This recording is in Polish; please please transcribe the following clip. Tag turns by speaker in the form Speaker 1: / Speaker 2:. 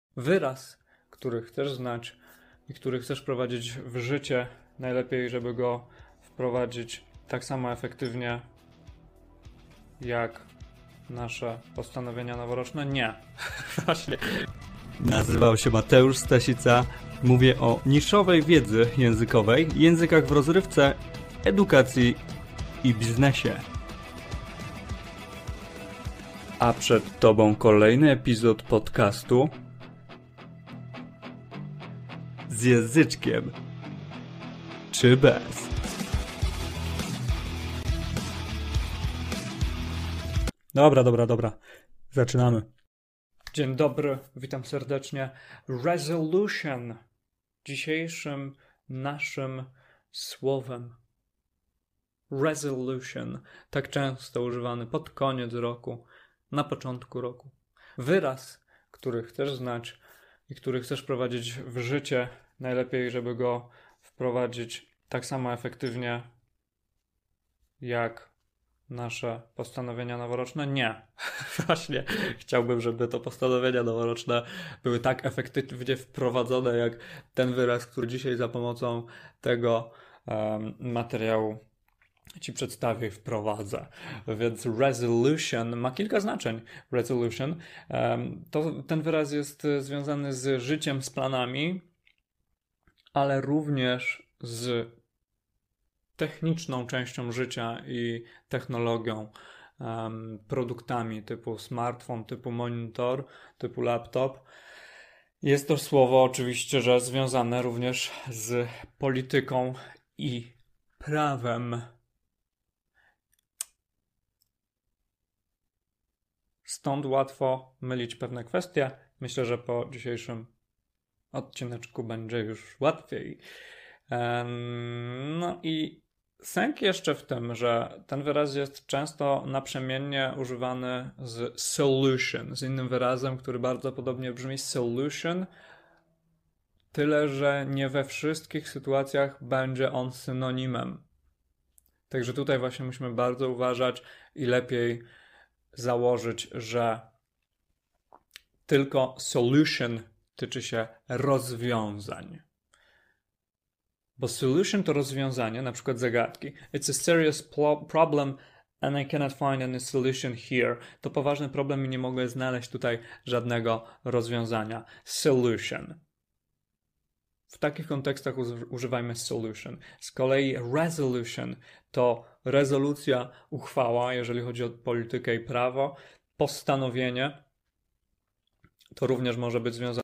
Speaker 1: wyraz, który chcesz znać i który chcesz wprowadzić w życie, najlepiej, żeby go wprowadzić tak samo efektywnie jak nasze postanowienia noworoczne? Nie. Właśnie.
Speaker 2: Nazywał się Mateusz Stasica. Mówię o niszowej wiedzy językowej, językach w rozrywce, edukacji i biznesie. A przed Tobą kolejny epizod podcastu z języczkiem czy bez. Dobra. Zaczynamy.
Speaker 1: Dzień dobry, witam serdecznie. Resolution. Dzisiejszym naszym słowem. Resolution. Tak często używany pod koniec roku, na początku roku. Wyraz, który chcesz znać i który chcesz wprowadzić w życie, najlepiej, żeby go wprowadzić tak samo efektywnie jak nasze postanowienia noworoczne? Nie. Właśnie chciałbym, żeby to postanowienia noworoczne były tak efektywnie wprowadzone, jak ten wyraz, który dzisiaj za pomocą tego materiału Ci przedstawię i wprowadzę. Więc resolution ma kilka znaczeń. Resolution ten wyraz jest związany z życiem, z planami, ale również z techniczną częścią życia i technologią, produktami typu smartfon, typu monitor, typu laptop. Jest to słowo oczywiście, że związane również z polityką i prawem. Stąd łatwo mylić pewne kwestie. Myślę, że po dzisiejszym odcineczku będzie już łatwiej. No i sęk jeszcze w tym, że ten wyraz jest często naprzemiennie używany z solution, z innym wyrazem, który bardzo podobnie brzmi solution, tyle że nie we wszystkich sytuacjach będzie on synonimem. Także tutaj właśnie musimy bardzo uważać i lepiej założyć, że tylko solution tyczy się rozwiązań. Bo solution to rozwiązanie, na przykład zagadki. It's a serious problem and I cannot find any solution here. To poważny problem i nie mogę znaleźć tutaj żadnego rozwiązania. Solution. W takich kontekstach używajmy solution. Z kolei resolution to rezolucja, uchwała, jeżeli chodzi o politykę i prawo. Postanowienie to również może być związane